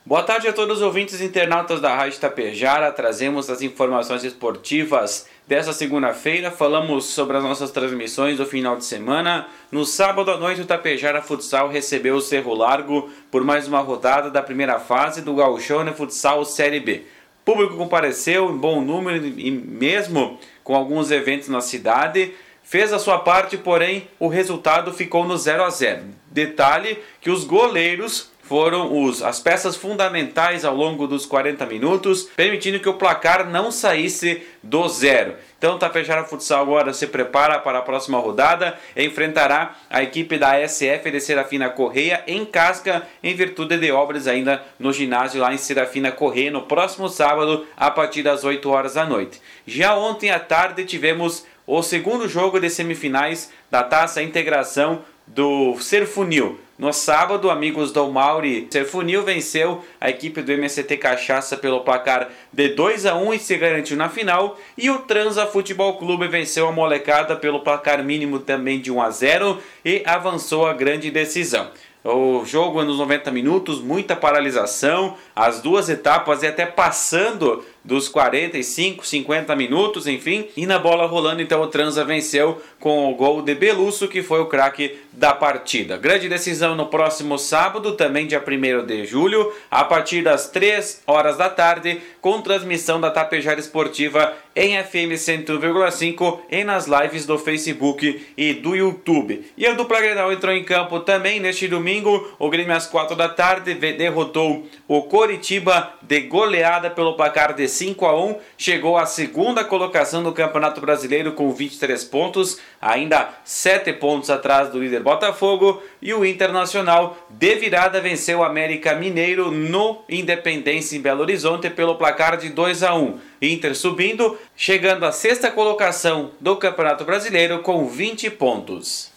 Boa tarde a todos os ouvintes e internautas da Rádio Tapejara. Trazemos as informações esportivas dessa segunda-feira. Falamos sobre as nossas transmissões do final de semana. No sábado à noite, o Tapejara Futsal recebeu o Cerro Largo por mais uma rodada da primeira fase do Gauchão Futsal Série B. O público compareceu em bom número e mesmo com alguns eventos na cidade. Fez a sua parte, porém o resultado ficou no 0-0. Detalhe que os goleiros foram as peças fundamentais ao longo dos 40 minutos, permitindo que o placar não saísse do zero. Então o Tapejara Futsal agora se prepara para a próxima rodada e enfrentará a equipe da SF de Serafina Correia em Casca, em virtude de obras ainda no ginásio lá em Serafina Correia, no próximo sábado, a partir das 8 horas da noite. Já ontem à tarde tivemos o segundo jogo de semifinais da Taça Integração do Serfunil. No sábado, amigos do Mauri, Serfunil venceu a equipe do MST Cachaça pelo placar de 2-1 e se garantiu na final. E o Transa Futebol Clube venceu a molecada pelo placar mínimo também de 1-0 e avançou a grande decisão. O jogo nos 90 minutos, muita paralisação, as duas etapas e até passando dos 45, 50 minutos, enfim. E na bola rolando, então o Transa venceu com o gol de Belusso, que foi o craque da partida. Grande decisão no próximo sábado, também dia 1º de julho, a partir das 3 horas da tarde, com transmissão da Tapejara Esportiva em FM 101,5 e nas lives do Facebook e do YouTube. E a dupla Grenal entrou em campo também neste domingo. O Grêmio às 4 da tarde derrotou o Coritiba de goleada pelo placar de 5-1, chegou à segunda colocação do Campeonato Brasileiro com 23 pontos, ainda 7 pontos atrás do líder Botafogo, e o Internacional de virada venceu o América Mineiro no Independência em Belo Horizonte pelo placar de 2-1. Inter subindo, chegando à sexta colocação do Campeonato Brasileiro com 20 pontos.